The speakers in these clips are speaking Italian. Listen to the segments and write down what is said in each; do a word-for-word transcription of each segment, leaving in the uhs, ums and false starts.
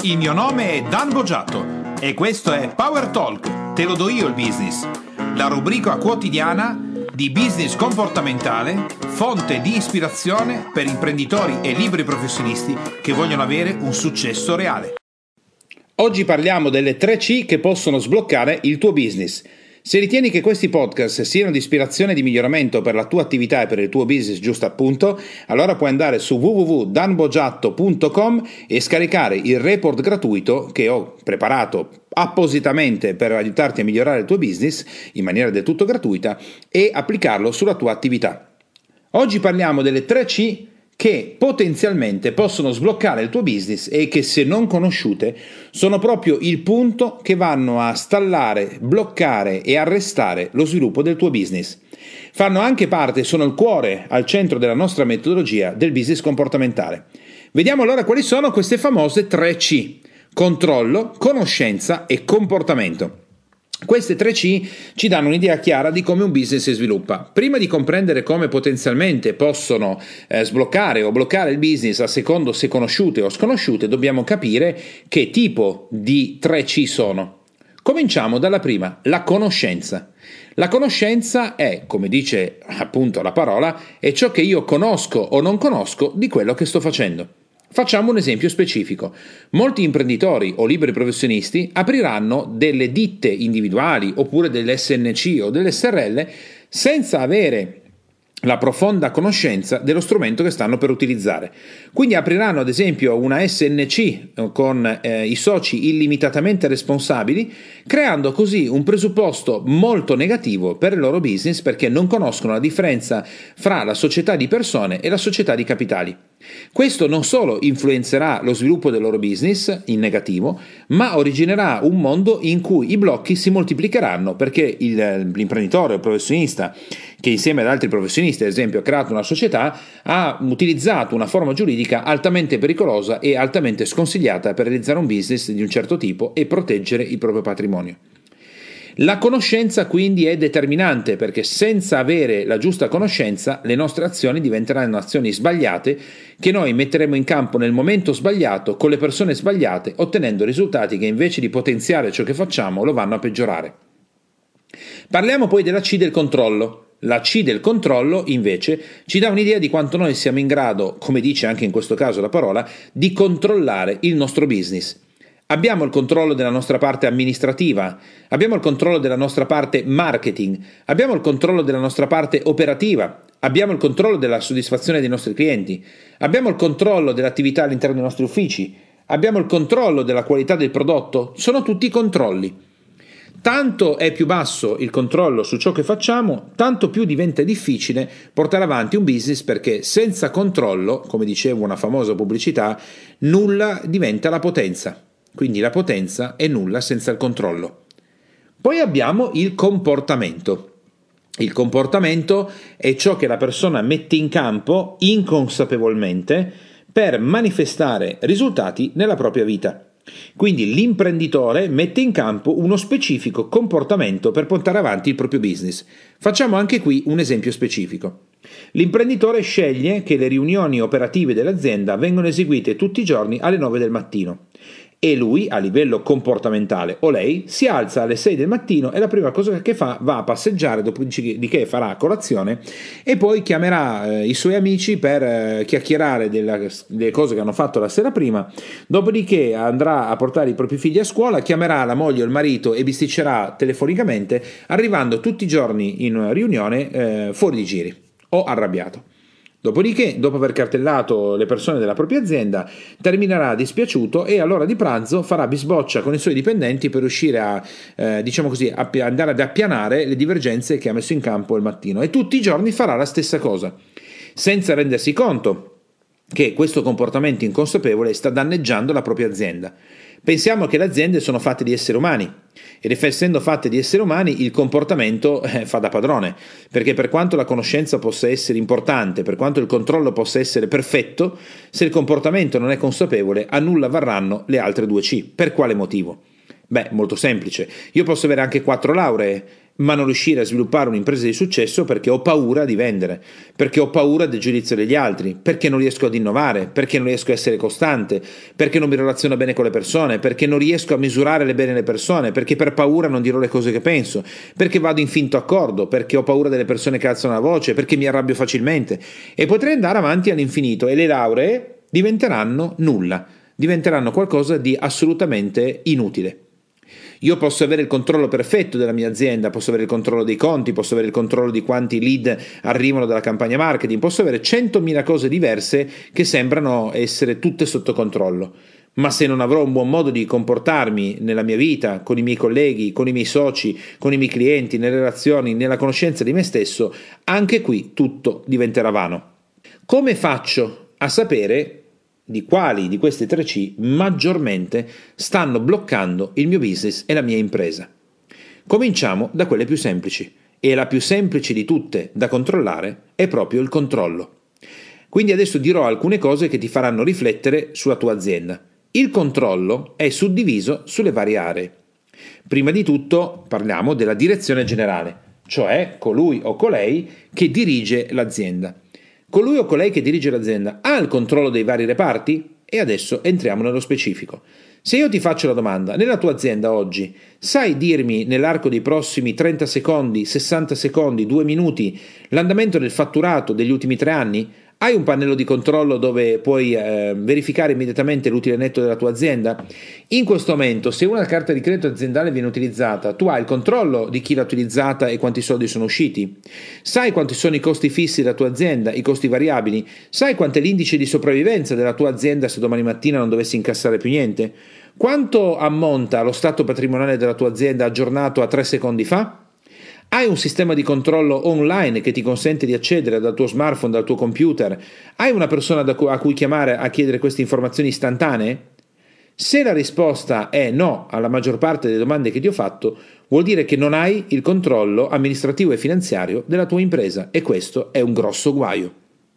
Il mio nome è Dan Boggiato e questo è Power Talk, te lo do io il business, la rubrica quotidiana di business comportamentale, fonte di ispirazione per imprenditori e liberi professionisti che vogliono avere un successo reale. Oggi parliamo delle tre C che possono sbloccare il tuo business. Se ritieni che questi podcast siano di ispirazione e di miglioramento per la tua attività e per il tuo business giusto appunto, allora puoi andare su w w w punto dan boggiatto punto com e scaricare il report gratuito che ho preparato appositamente per aiutarti a migliorare il tuo business in maniera del tutto gratuita e applicarlo sulla tua attività. Oggi parliamo delle tre C che potenzialmente possono sbloccare il tuo business e che, se non conosciute, sono proprio il punto che vanno a stallare, bloccare e arrestare lo sviluppo del tuo business. Fanno anche parte, sono il cuore al centro della nostra metodologia del business comportamentale. Vediamo allora quali sono queste famose tre C: controllo, conoscenza e comportamento. Queste tre C ci danno un'idea chiara di come un business si sviluppa. Prima di comprendere come potenzialmente possono eh, sbloccare o bloccare il business a secondo se conosciute o sconosciute, dobbiamo capire che tipo di tre C sono. Cominciamo dalla prima, la conoscenza. La conoscenza è, come dice appunto la parola, è ciò che io conosco o non conosco di quello che sto facendo. Facciamo un esempio specifico. Molti imprenditori o liberi professionisti apriranno delle ditte individuali oppure delle S N C o delle S R L senza avere la profonda conoscenza dello strumento che stanno per utilizzare. Quindi apriranno ad esempio una S N C con eh, i soci illimitatamente responsabili, creando così un presupposto molto negativo per il loro business perché non conoscono la differenza fra la società di persone e la società di capitali. Questo non solo influenzerà lo sviluppo del loro business in negativo, ma originerà un mondo in cui i blocchi si moltiplicheranno perché il, l'imprenditore o il professionista che insieme ad altri professionisti, ad esempio, ha creato una società, ha utilizzato una forma giuridica altamente pericolosa e altamente sconsigliata per realizzare un business di un certo tipo e proteggere il proprio patrimonio. La conoscenza quindi è determinante perché senza avere la giusta conoscenza le nostre azioni diventeranno azioni sbagliate che noi metteremo in campo nel momento sbagliato con le persone sbagliate, ottenendo risultati che invece di potenziare ciò che facciamo lo vanno a peggiorare. Parliamo poi della C del controllo. La C del controllo, invece, ci dà un'idea di quanto noi siamo in grado, come dice anche in questo caso la parola, di controllare il nostro business. Abbiamo il controllo della nostra parte amministrativa, abbiamo il controllo della nostra parte marketing, abbiamo il controllo della nostra parte operativa, abbiamo il controllo della soddisfazione dei nostri clienti, abbiamo il controllo dell'attività all'interno dei nostri uffici, abbiamo il controllo della qualità del prodotto, sono tutti controlli. Tanto è più basso il controllo su ciò che facciamo, tanto più diventa difficile portare avanti un business perché senza controllo, come diceva una famosa pubblicità, nulla diventa la potenza. Quindi la potenza è nulla senza il controllo. Poi abbiamo il comportamento. Il comportamento è ciò che la persona mette in campo inconsapevolmente per manifestare risultati nella propria vita. Quindi l'imprenditore mette in campo uno specifico comportamento per portare avanti il proprio business. Facciamo anche qui un esempio specifico. L'imprenditore sceglie che le riunioni operative dell'azienda vengano eseguite tutti i giorni alle nove del mattino. E lui, a livello comportamentale, o lei, si alza alle sei del mattino e la prima cosa che fa va a passeggiare, dopodiché farà colazione e poi chiamerà eh, i suoi amici per eh, chiacchierare della, delle cose che hanno fatto la sera prima, dopodiché andrà a portare i propri figli a scuola, chiamerà la moglie o il marito e bisticcerà telefonicamente, arrivando tutti i giorni in riunione eh, fuori di giri o arrabbiato. Dopodiché, dopo aver cartellato le persone della propria azienda, terminerà dispiaciuto e all'ora di pranzo farà bisboccia con i suoi dipendenti per riuscire a, eh, diciamo così, a andare ad appianare le divergenze che ha messo in campo il mattino. E tutti i giorni farà la stessa cosa, senza rendersi conto che questo comportamento inconsapevole sta danneggiando la propria azienda. Pensiamo che le aziende sono fatte di esseri umani ed essendo fatte di esseri umani il comportamento eh, fa da padrone, perché per quanto la conoscenza possa essere importante, per quanto il controllo possa essere perfetto, se il comportamento non è consapevole a nulla varranno le altre due C. Per quale motivo? Beh, molto semplice. Io posso avere anche quattro lauree ma non riuscire a sviluppare un'impresa di successo perché ho paura di vendere, perché ho paura del giudizio degli altri, perché non riesco ad innovare, perché non riesco a essere costante, perché non mi relaziono bene con le persone, perché non riesco a misurare le bene le persone, perché per paura non dirò le cose che penso, perché vado in finto accordo, perché ho paura delle persone che alzano la voce, perché mi arrabbio facilmente. E potrei andare avanti all'infinito e le lauree diventeranno nulla, diventeranno qualcosa di assolutamente inutile. Io posso avere il controllo perfetto della mia azienda, posso avere il controllo dei conti, posso avere il controllo di quanti lead arrivano dalla campagna marketing, posso avere centomila cose diverse che sembrano essere tutte sotto controllo. Ma se non avrò un buon modo di comportarmi nella mia vita, con i miei colleghi, con i miei soci, con i miei clienti, nelle relazioni, nella conoscenza di me stesso, anche qui tutto diventerà vano. Come faccio a sapere di quali di queste tre C maggiormente stanno bloccando il mio business e la mia impresa? Cominciamo da quelle più semplici, e la più semplice di tutte da controllare è proprio il controllo. Quindi adesso dirò alcune cose che ti faranno riflettere sulla tua azienda. Il controllo è suddiviso sulle varie aree. Prima di tutto parliamo della direzione generale, cioè colui o colei che dirige l'azienda. Colui o colei che dirige l'azienda ha il controllo dei vari reparti? E adesso entriamo nello specifico. Se io ti faccio la domanda, nella tua azienda oggi, sai dirmi nell'arco dei prossimi trenta secondi, sessanta secondi, due minuti l'andamento del fatturato degli ultimi tre anni? Hai un pannello di controllo dove puoi eh, verificare immediatamente l'utile netto della tua azienda? In questo momento, se una carta di credito aziendale viene utilizzata, tu hai il controllo di chi l'ha utilizzata e quanti soldi sono usciti? Sai quanti sono i costi fissi della tua azienda, i costi variabili? Sai quanto è l'indice di sopravvivenza della tua azienda se domani mattina non dovessi incassare più niente? Quanto ammonta lo stato patrimoniale della tua azienda aggiornato a tre secondi fa? Hai un sistema di controllo online che ti consente di accedere dal tuo smartphone, dal tuo computer? Hai una persona a cui chiamare a chiedere queste informazioni istantanee? Se la risposta è no alla maggior parte delle domande che ti ho fatto, vuol dire che non hai il controllo amministrativo e finanziario della tua impresa e questo è un grosso guaio.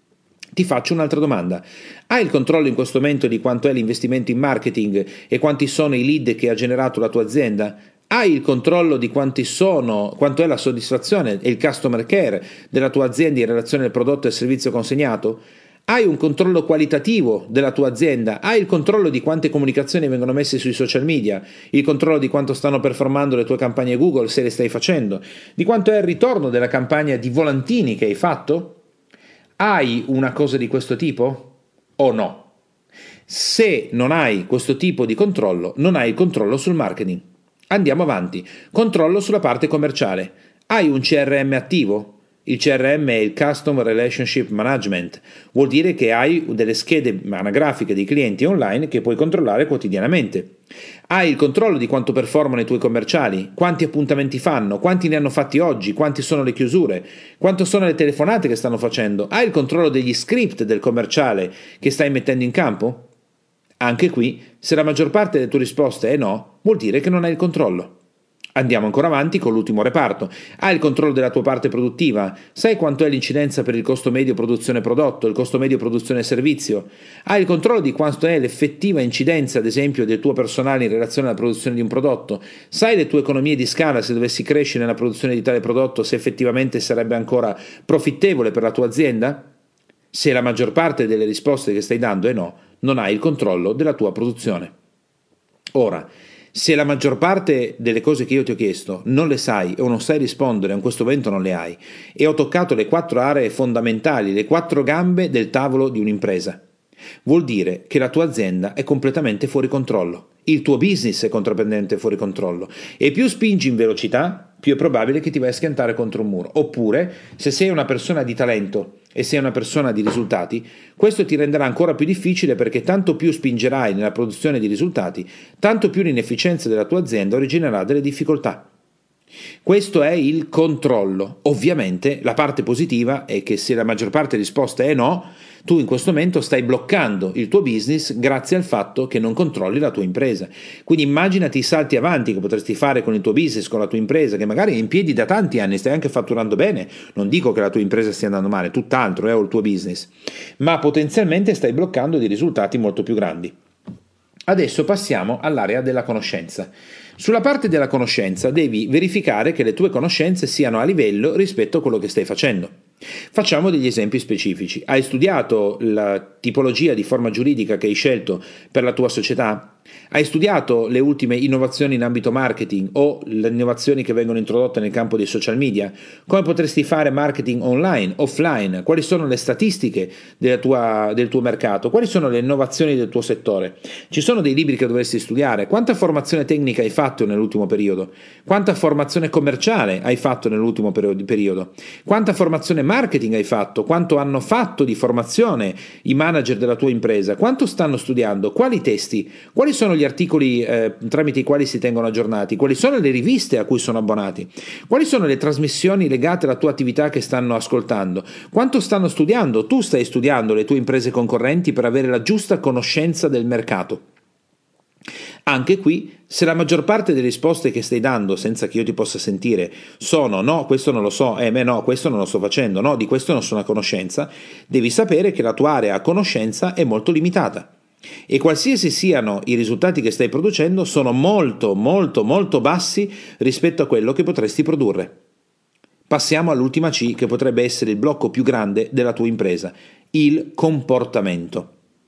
Ti faccio un'altra domanda. Hai il controllo in questo momento di quanto è l'investimento in marketing e quanti sono i lead che ha generato la tua azienda? Hai il controllo di quanti sono, quanto è la soddisfazione e il customer care della tua azienda in relazione al prodotto e al servizio consegnato? Hai un controllo qualitativo della tua azienda? Hai il controllo di quante comunicazioni vengono messe sui social media? Il controllo di quanto stanno performando le tue campagne Google, se le stai facendo? Di quanto è il ritorno della campagna di volantini che hai fatto? Hai una cosa di questo tipo? O no? Se non hai questo tipo di controllo, non hai il controllo sul marketing. Andiamo avanti. Controllo sulla parte commerciale. Hai un C R M attivo? Il C R M è il Customer Relationship Management. Vuol dire che hai delle schede anagrafiche dei clienti online che puoi controllare quotidianamente. Hai il controllo di quanto performano i tuoi commerciali, quanti appuntamenti fanno, quanti ne hanno fatti oggi, quanti sono le chiusure, quanto sono le telefonate che stanno facendo. Hai il controllo degli script del commerciale che stai mettendo in campo? Anche qui, se la maggior parte delle tue risposte è no, vuol dire che non hai il controllo. Andiamo ancora avanti con l'ultimo reparto. Hai il controllo della tua parte produttiva? Sai quanto è l'incidenza per il costo medio produzione prodotto, il costo medio produzione servizio? Hai il controllo di quanto è l'effettiva incidenza, ad esempio, del tuo personale in relazione alla produzione di un prodotto? Sai le tue economie di scala se dovessi crescere nella produzione di tale prodotto, se effettivamente sarebbe ancora profittevole per la tua azienda? Se la maggior parte delle risposte che stai dando è no, non hai il controllo della tua produzione. Ora, se la maggior parte delle cose che io ti ho chiesto non le sai o non sai rispondere, o in questo momento non le hai, e ho toccato le quattro aree fondamentali, le quattro gambe del tavolo di un'impresa, vuol dire che la tua azienda è completamente fuori controllo, il tuo business è completamente fuori controllo, e più spingi in velocità, più è probabile che ti vai a schiantare contro un muro. Oppure, se sei una persona di talento e sei una persona di risultati, questo ti renderà ancora più difficile perché tanto più spingerai nella produzione di risultati, tanto più l'inefficienza della tua azienda originerà delle difficoltà. Questo è il controllo. Ovviamente la parte positiva è che se la maggior parte delle risposte è no, tu in questo momento stai bloccando il tuo business grazie al fatto che non controlli la tua impresa. Quindi immaginati i salti avanti che potresti fare con il tuo business, con la tua impresa, che magari è in piedi da tanti anni, stai anche fatturando bene. Non dico che la tua impresa stia andando male, tutt'altro, è o il tuo business, ma potenzialmente stai bloccando dei risultati molto più grandi. Adesso passiamo all'area della conoscenza. Sulla parte della conoscenza devi verificare che le tue conoscenze siano a livello rispetto a quello che stai facendo. Facciamo degli esempi specifici. Hai studiato la tipologia di forma giuridica che hai scelto per la tua società? Hai studiato le ultime innovazioni in ambito marketing o le innovazioni che vengono introdotte nel campo dei social media? Come potresti fare marketing online, offline? Quali sono le statistiche della tua, del tuo mercato? Quali sono le innovazioni del tuo settore? Ci sono dei libri che dovresti studiare? Quanta formazione tecnica hai fatto nell'ultimo periodo? Quanta formazione commerciale hai fatto nell'ultimo periodo? Quanta formazione marketing hai fatto? Quanto hanno fatto di formazione i manager della tua impresa? Quanto stanno studiando? Quali testi? Quali sono gli articoli eh, tramite i quali si tengono aggiornati? Quali sono le riviste a cui sono abbonati? Quali sono le trasmissioni legate alla tua attività che stanno ascoltando? Quanto stanno studiando? Tu stai studiando le tue imprese concorrenti per avere la giusta conoscenza del mercato. Anche qui, se la maggior parte delle risposte che stai dando senza che io ti possa sentire sono no, questo non lo so, eh me no, questo non lo sto facendo, no, di questo non sono a conoscenza, devi sapere che la tua area a conoscenza è molto limitata. E qualsiasi siano i risultati che stai producendo sono molto, molto, molto bassi rispetto a quello che potresti produrre. Passiamo all'ultima C, che potrebbe essere il blocco più grande della tua impresa, il comportamento.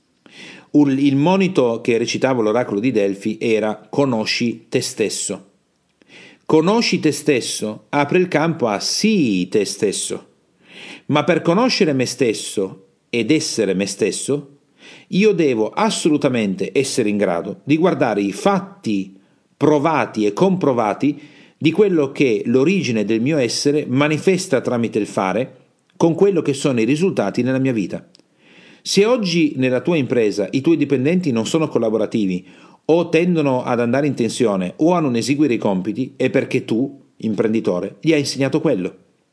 Il monito che recitava l'oracolo di Delfi era conosci te stesso. Conosci te stesso apre il campo a sii te stesso. Ma per conoscere me stesso ed essere me stesso, io devo assolutamente essere in grado di guardare i fatti provati e comprovati di quello che l'origine del mio essere manifesta tramite il fare con quello che sono i risultati nella mia vita. Se oggi nella tua impresa i tuoi dipendenti non sono collaborativi o tendono ad andare in tensione o a non eseguire i compiti, è perché tu, imprenditore, gli hai insegnato quello.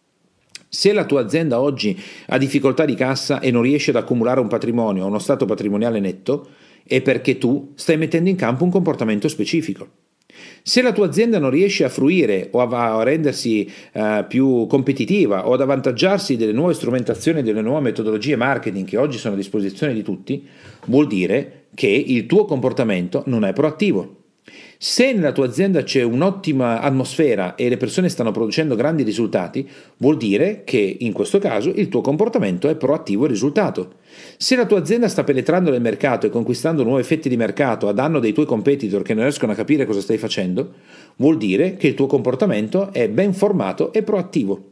Se la tua azienda oggi ha difficoltà di cassa e non riesce ad accumulare un patrimonio o uno stato patrimoniale netto, è perché tu stai mettendo in campo un comportamento specifico. Se la tua azienda non riesce a fruire o a rendersi uh, più competitiva o ad avvantaggiarsi delle nuove strumentazioni e delle nuove metodologie marketing che oggi sono a disposizione di tutti, vuol dire che il tuo comportamento non è proattivo. Se nella tua azienda c'è un'ottima atmosfera e le persone stanno producendo grandi risultati, vuol dire che in questo caso il tuo comportamento è proattivo e risultato. Se la tua azienda sta penetrando nel mercato e conquistando nuove fette di mercato a danno dei tuoi competitor che non riescono a capire cosa stai facendo, vuol dire che il tuo comportamento è ben formato e proattivo.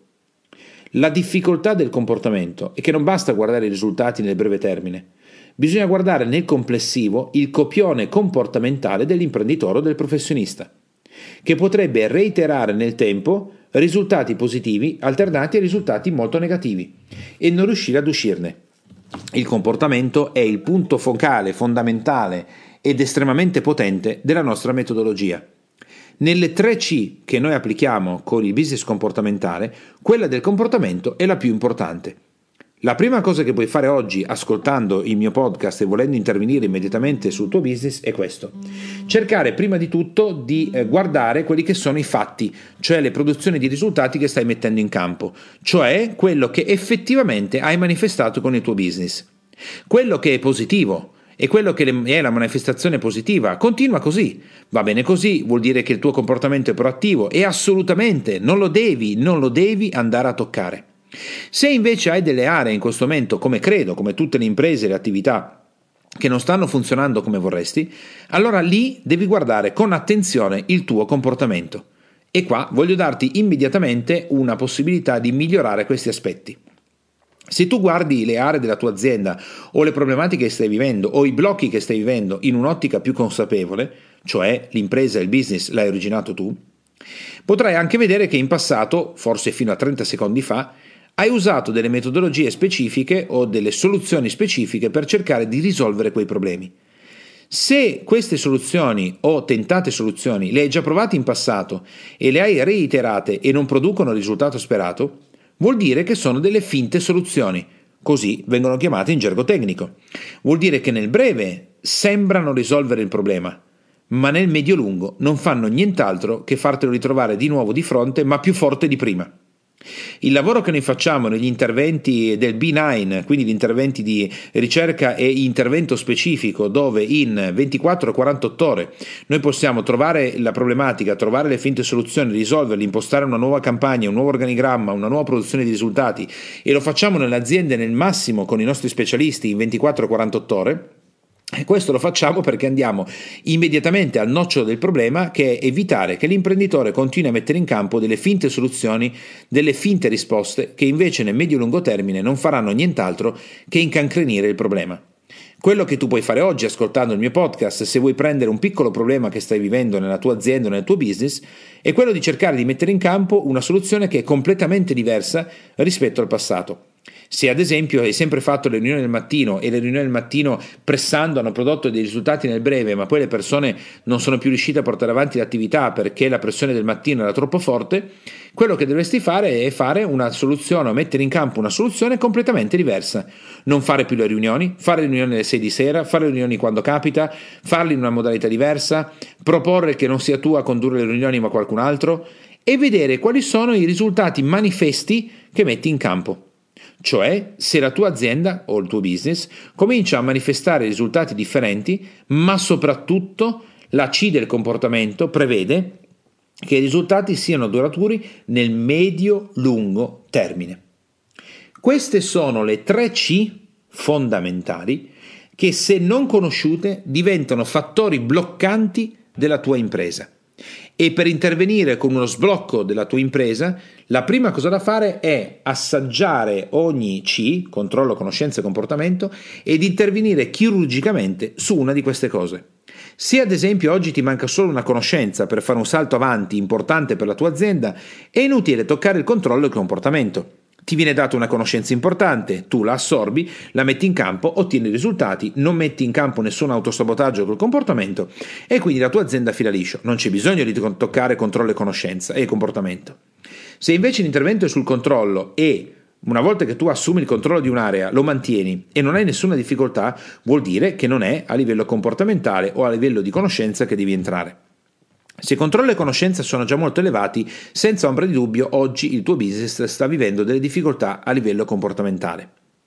La difficoltà del comportamento è che non basta guardare i risultati nel breve termine. Bisogna guardare nel complessivo il copione comportamentale dell'imprenditore o del professionista, che potrebbe reiterare nel tempo risultati positivi alternati a risultati molto negativi e non riuscire ad uscirne. Il comportamento è il punto focale, fondamentale ed estremamente potente della nostra metodologia. Nelle tre C che noi applichiamo con il business comportamentale, quella del comportamento è la più importante. La prima cosa che puoi fare oggi ascoltando il mio podcast e volendo intervenire immediatamente sul tuo business è questo: cercare prima di tutto di eh, guardare quelli che sono i fatti, cioè le produzioni di risultati che stai mettendo in campo, cioè quello che effettivamente hai manifestato con il tuo business. Quello che è positivo e quello che è la manifestazione positiva continua così, va bene così, vuol dire che il tuo comportamento è proattivo e assolutamente non lo devi, non lo devi andare a toccare. Se invece hai delle aree in questo momento, come credo, come tutte le imprese e le attività, che non stanno funzionando come vorresti, allora lì devi guardare con attenzione il tuo comportamento. E qua voglio darti immediatamente una possibilità di migliorare questi aspetti. Se tu guardi le aree della tua azienda o le problematiche che stai vivendo o i blocchi che stai vivendo in un'ottica più consapevole, cioè l'impresa e il business l'hai originato tu, potrai anche vedere che in passato, forse fino a trenta secondi fa, hai usato delle metodologie specifiche o delle soluzioni specifiche per cercare di risolvere quei problemi. Se queste soluzioni o tentate soluzioni le hai già provate in passato e le hai reiterate e non producono il risultato sperato, vuol dire che sono delle finte soluzioni, così vengono chiamate in gergo tecnico. Vuol dire che nel breve sembrano risolvere il problema, ma nel medio-lungo non fanno nient'altro che fartelo ritrovare di nuovo di fronte, ma più forte di prima. Il lavoro che noi facciamo negli interventi del B nove, quindi gli interventi di ricerca e intervento specifico, dove in ventiquattro quarantotto ore noi possiamo trovare la problematica, trovare le finte soluzioni, risolverle, impostare una nuova campagna, un nuovo organigramma, una nuova produzione di risultati, e lo facciamo nelle aziende nel massimo con i nostri specialisti in ventiquattro quarantotto ore. E questo lo facciamo perché andiamo immediatamente al nocciolo del problema, che è evitare che l'imprenditore continui a mettere in campo delle finte soluzioni, delle finte risposte, che invece nel medio-lungo termine non faranno nient'altro che incancrenire il problema. Quello che tu puoi fare oggi ascoltando il mio podcast, se vuoi prendere un piccolo problema che stai vivendo nella tua azienda o nel tuo business, è quello di cercare di mettere in campo una soluzione che è completamente diversa rispetto al passato. Se ad esempio hai sempre fatto le riunioni del mattino e le riunioni del mattino pressando hanno prodotto dei risultati nel breve, ma poi le persone non sono più riuscite a portare avanti l'attività perché la pressione del mattino era troppo forte, quello che dovresti fare è fare una soluzione o mettere in campo una soluzione completamente diversa. Non fare più le riunioni, fare le riunioni alle sei di sera, fare le riunioni quando capita, farle in una modalità diversa, proporre che non sia tu a condurre le riunioni ma qualcun altro, e vedere quali sono i risultati manifesti che metti in campo. Cioè, se la tua azienda o il tuo business comincia a manifestare risultati differenti, ma soprattutto la C del comportamento prevede che i risultati siano duraturi nel medio-lungo termine. Queste sono le tre C fondamentali che, se non conosciute, diventano fattori bloccanti della tua impresa. E per intervenire con uno sblocco della tua impresa, la prima cosa da fare è assaggiare ogni C, controllo, conoscenza e comportamento, ed intervenire chirurgicamente su una di queste cose. Se ad esempio oggi ti manca solo una conoscenza per fare un salto avanti importante per la tua azienda, è inutile toccare il controllo e il comportamento. Ti viene data una conoscenza importante, tu la assorbi, la metti in campo, ottieni risultati, non metti in campo nessun autosabotaggio col comportamento e quindi la tua azienda fila liscio. Non c'è bisogno di toccare controllo e conoscenza e comportamento. Se invece l'intervento è sul controllo e una volta che tu assumi il controllo di un'area lo mantieni e non hai nessuna difficoltà, vuol dire che non è a livello comportamentale o a livello di conoscenza che devi entrare. Se controllo e conoscenza sono già molto elevati, senza ombra di dubbio oggi il tuo business sta vivendo delle difficoltà a livello comportamentale.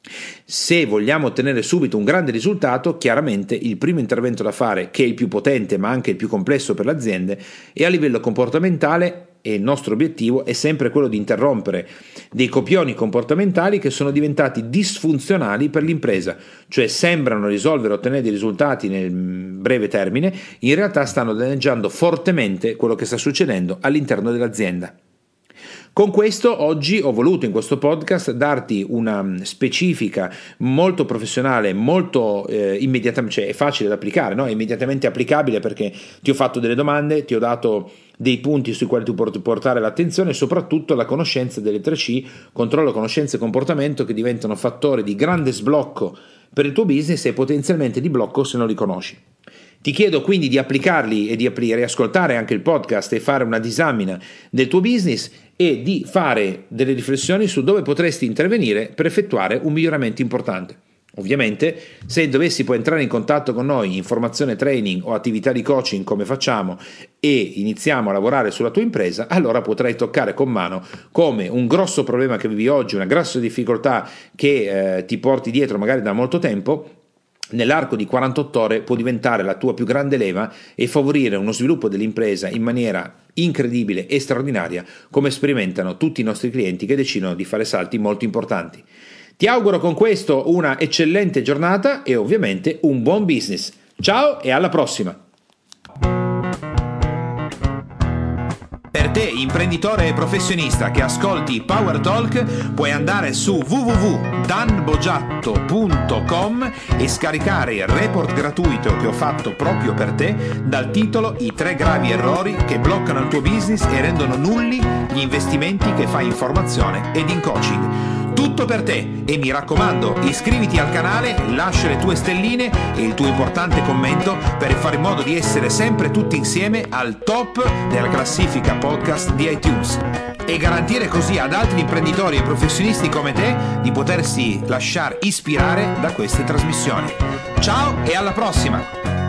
Se vogliamo ottenere subito un grande risultato, chiaramente il primo intervento da fare, che è il più potente ma anche il più complesso per le aziende, è a livello comportamentale, e il nostro obiettivo è sempre quello di interrompere dei copioni comportamentali che sono diventati disfunzionali per l'impresa, cioè sembrano risolvere o ottenere dei risultati nel breve termine, in realtà stanno danneggiando fortemente quello che sta succedendo all'interno dell'azienda. Con questo oggi ho voluto in questo podcast darti una specifica molto professionale, molto eh, immediatamente, cioè è facile da applicare, no? È immediatamente applicabile perché ti ho fatto delle domande, ti ho dato dei punti sui quali tu puoi portare l'attenzione e soprattutto la conoscenza delle tre C, controllo, conoscenza e comportamento, che diventano fattori di grande sblocco per il tuo business e potenzialmente di blocco se non li conosci. Ti chiedo quindi di applicarli e di riascoltare anche il podcast e fare una disamina del tuo business e di fare delle riflessioni su dove potresti intervenire per effettuare un miglioramento importante. Ovviamente, se dovessi poi entrare in contatto con noi in formazione, training o attività di coaching come facciamo e iniziamo a lavorare sulla tua impresa, allora potrai toccare con mano come un grosso problema che vivi oggi, una grossa difficoltà che eh, ti porti dietro magari da molto tempo, nell'arco di quarantotto ore può diventare la tua più grande leva e favorire uno sviluppo dell'impresa in maniera incredibile e straordinaria, come sperimentano tutti i nostri clienti che decidono di fare salti molto importanti. Ti auguro con questo una eccellente giornata e ovviamente un buon business. Ciao e alla prossima! Per te, imprenditore e professionista che ascolti Power Talk, puoi andare su w w w punto dan bogiatto punto com e scaricare il report gratuito che ho fatto proprio per te dal titolo I tre gravi errori che bloccano il tuo business e rendono nulli gli investimenti che fai in formazione ed in coaching. Tutto per te e mi raccomando, iscriviti al canale, lascia le tue stelline e il tuo importante commento per fare in modo di essere sempre tutti insieme al top della classifica podcast di iTunes e garantire così ad altri imprenditori e professionisti come te di potersi lasciare ispirare da queste trasmissioni. Ciao e alla prossima!